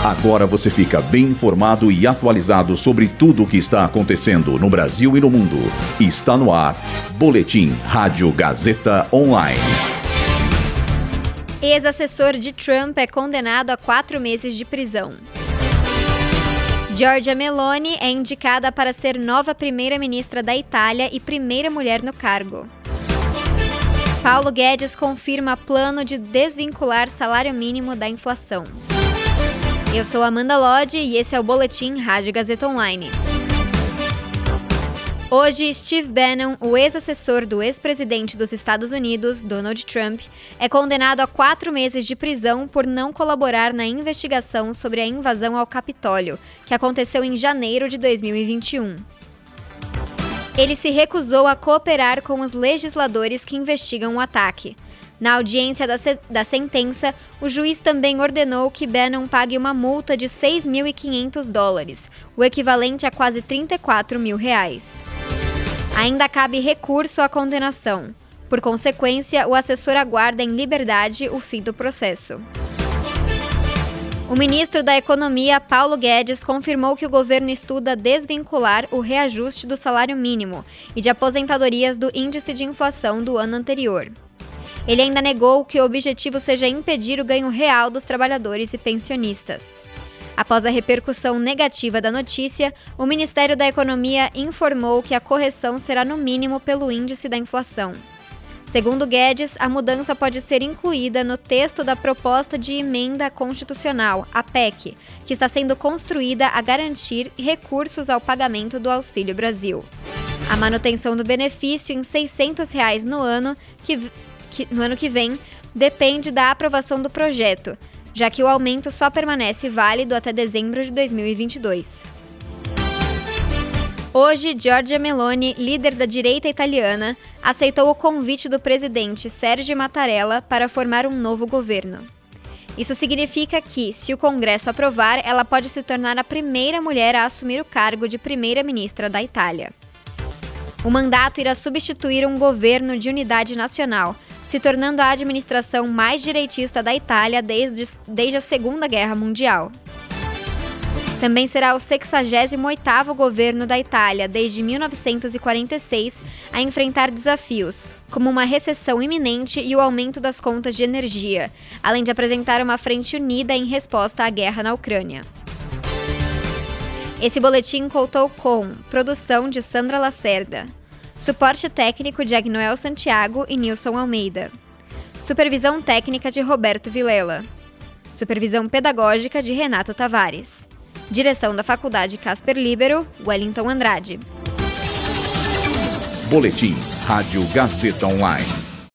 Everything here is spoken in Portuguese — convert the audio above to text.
Agora você fica bem informado e atualizado sobre tudo o que está acontecendo no Brasil e no mundo. Está no ar, Boletim Rádio Gazeta Online. Ex-assessor de Trump é condenado a 4 meses de prisão. Giorgia Meloni é indicada para ser nova primeira-ministra da Itália e primeira mulher no cargo. Paulo Guedes confirma plano de desvincular salário mínimo da inflação. Eu sou Amanda Lodge e esse é o Boletim Rádio Gazeta Online. Hoje, Steve Bannon, o ex-assessor do ex-presidente dos Estados Unidos, Donald Trump, é condenado a 4 meses de prisão por não colaborar na investigação sobre a invasão ao Capitólio, que aconteceu em janeiro de 2021. Ele se recusou a cooperar com os legisladores que investigam o ataque. Na audiência da sentença, o juiz também ordenou que Bannon pague uma multa de $6.500, o equivalente a quase R$34 mil. Ainda cabe recurso à condenação. Por consequência, o assessor aguarda em liberdade o fim do processo. O ministro da Economia, Paulo Guedes, confirmou que o governo estuda desvincular o reajuste do salário mínimo e de aposentadorias do índice de inflação do ano anterior. Ele ainda negou que o objetivo seja impedir o ganho real dos trabalhadores e pensionistas. Após a repercussão negativa da notícia, o Ministério da Economia informou que a correção será no mínimo pelo índice da inflação. Segundo Guedes, a mudança pode ser incluída no texto da proposta de emenda constitucional, a PEC, que está sendo construída a garantir recursos ao pagamento do Auxílio Brasil. A manutenção do benefício em R$ 600 no ano que vem depende da aprovação do projeto, já que o aumento só permanece válido até dezembro de 2022. Hoje, Giorgia Meloni, líder da direita italiana, aceitou o convite do presidente Sergio Mattarella para formar um novo governo. Isso significa que, se o Congresso aprovar, ela pode se tornar a primeira mulher a assumir o cargo de primeira-ministra da Itália. O mandato irá substituir um governo de unidade nacional, se tornando a administração mais direitista da Itália desde a Segunda Guerra Mundial. Também será o 68º governo da Itália desde 1946 a enfrentar desafios, como uma recessão iminente e o aumento das contas de energia, além de apresentar uma frente unida em resposta à guerra na Ucrânia. Esse boletim contou com produção de Sandra Lacerda, suporte técnico de Agnoel Santiago e Nilson Almeida. Supervisão técnica de Roberto Vilela. Supervisão pedagógica de Renato Tavares. Direção da Faculdade Casper Libero, Wellington Andrade. Boletim Rádio Gazeta Online.